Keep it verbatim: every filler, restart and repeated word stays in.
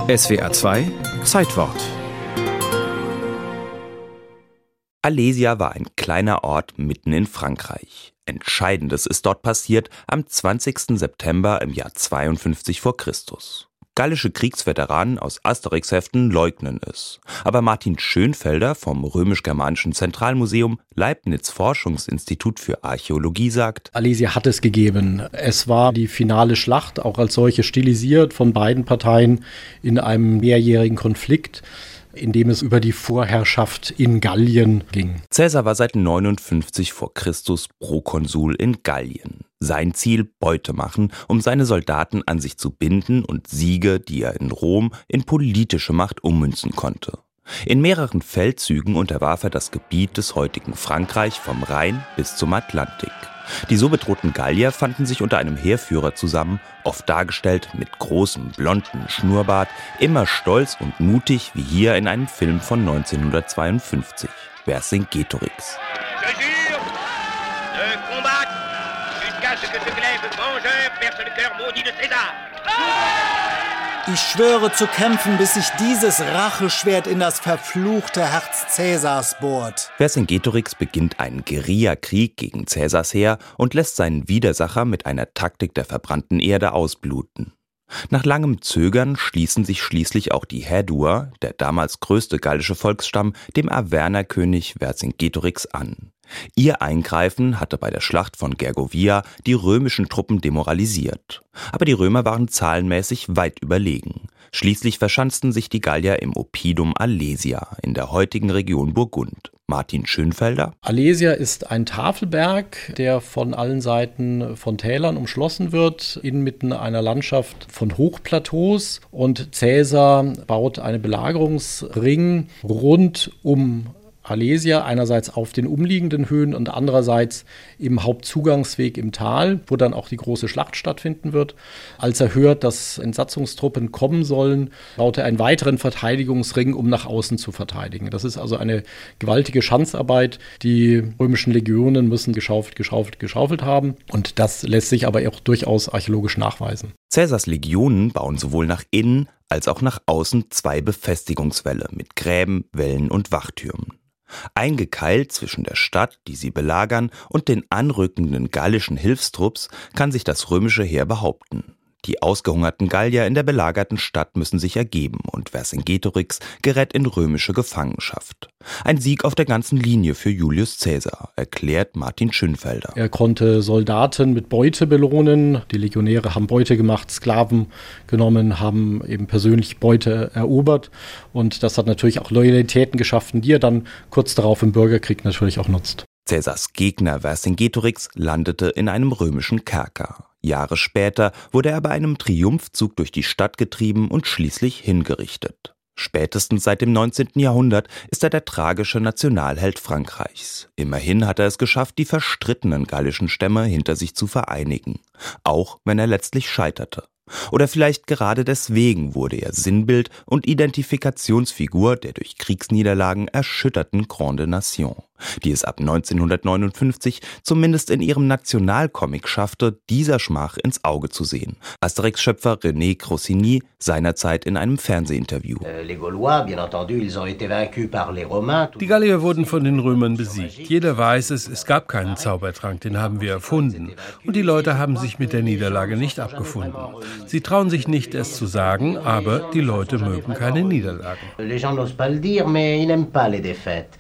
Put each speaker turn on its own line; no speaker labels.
S W R zwei Zeitwort.
Alésia war ein kleiner Ort mitten in Frankreich. Entscheidendes ist dort passiert am zwanzigsten September im Jahr zweiundfünfzig vor Christus. Gallische Kriegsveteranen aus Asterix-Heften leugnen es. Aber Martin Schönfelder vom Römisch-Germanischen Zentralmuseum Leibniz Forschungsinstitut für Archäologie sagt:
Alésia hat es gegeben. Es war die finale Schlacht, auch als solche stilisiert von beiden Parteien in einem mehrjährigen Konflikt, in dem es über die Vorherrschaft in Gallien ging.
Caesar war seit neunundfünfzig vor Christus Prokonsul in Gallien. Sein Ziel: Beute machen, um seine Soldaten an sich zu binden und Siege, die er in Rom, in politische Macht ummünzen konnte. In mehreren Feldzügen unterwarf er das Gebiet des heutigen Frankreich vom Rhein bis zum Atlantik. Die so bedrohten Gallier fanden sich unter einem Heerführer zusammen, oft dargestellt mit großem blonden Schnurrbart, immer stolz und mutig wie hier in einem Film von neunzehnhundertzweiundfünfzig, Vercingétorix.
Ich schwöre zu kämpfen, bis sich dieses Racheschwert in das verfluchte Herz Cäsars bohrt.
Vercingétorix beginnt einen Guerillakrieg gegen Cäsars Heer und lässt seinen Widersacher mit einer Taktik der verbrannten Erde ausbluten. Nach langem Zögern schließen sich schließlich auch die Häduer, der damals größte gallische Volksstamm, dem Arvernerkönig Vercingétorix an. Ihr Eingreifen hatte bei der Schlacht von Gergovia die römischen Truppen demoralisiert. Aber die Römer waren zahlenmäßig weit überlegen. Schließlich verschanzten sich die Gallier im Oppidum Alésia in der heutigen Region Burgund. Martin Schönfelder:
Alésia ist ein Tafelberg, der von allen Seiten von Tälern umschlossen wird, inmitten einer Landschaft von Hochplateaus. Und Caesar baut einen Belagerungsring rund um Alésia, einerseits auf den umliegenden Höhen und andererseits im Hauptzugangsweg im Tal, wo dann auch die große Schlacht stattfinden wird. Als er hört, dass Entsatzungstruppen kommen sollen, baut er einen weiteren Verteidigungsring, um nach außen zu verteidigen. Das ist also eine gewaltige Schanzarbeit. Die römischen Legionen müssen geschaufelt, geschaufelt, geschaufelt haben. Und das lässt sich aber auch durchaus archäologisch nachweisen.
Caesars Legionen bauen sowohl nach innen als auch nach außen zwei Befestigungswälle mit Gräben, Wällen und Wachtürmen. Eingekeilt zwischen der Stadt, die sie belagern, und den anrückenden gallischen Hilfstrupps kann sich das römische Heer behaupten. Die ausgehungerten Gallier in der belagerten Stadt müssen sich ergeben und Vercingétorix gerät in römische Gefangenschaft. Ein Sieg auf der ganzen Linie für Julius Caesar, erklärt Martin Schönfelder.
Er konnte Soldaten mit Beute belohnen. Die Legionäre haben Beute gemacht, Sklaven genommen, haben eben persönlich Beute erobert. Und das hat natürlich auch Loyalitäten geschaffen, die er dann kurz darauf im Bürgerkrieg natürlich auch nutzt.
Caesars Gegner Vercingétorix landete in einem römischen Kerker. Jahre später wurde er bei einem Triumphzug durch die Stadt getrieben und schließlich hingerichtet. Spätestens seit dem neunzehnten Jahrhundert ist er der tragische Nationalheld Frankreichs. Immerhin hat er es geschafft, die verstrittenen gallischen Stämme hinter sich zu vereinigen, auch wenn er letztlich scheiterte. Oder vielleicht gerade deswegen wurde er Sinnbild und Identifikationsfigur der durch Kriegsniederlagen erschütterten Grande Nation, die es ab neunzehnhundertneunundfünfzig zumindest in ihrem Nationalcomic schaffte, dieser Schmach ins Auge zu sehen. Asterix-Schöpfer René Crossigny seinerzeit in einem Fernsehinterview.
Die Gallier wurden von den Römern besiegt. Jeder weiß es, es gab keinen Zaubertrank, den haben wir erfunden. Und die Leute haben sich mit der Niederlage nicht abgefunden. Sie trauen sich nicht, es zu sagen, aber die Leute mögen keine Niederlagen.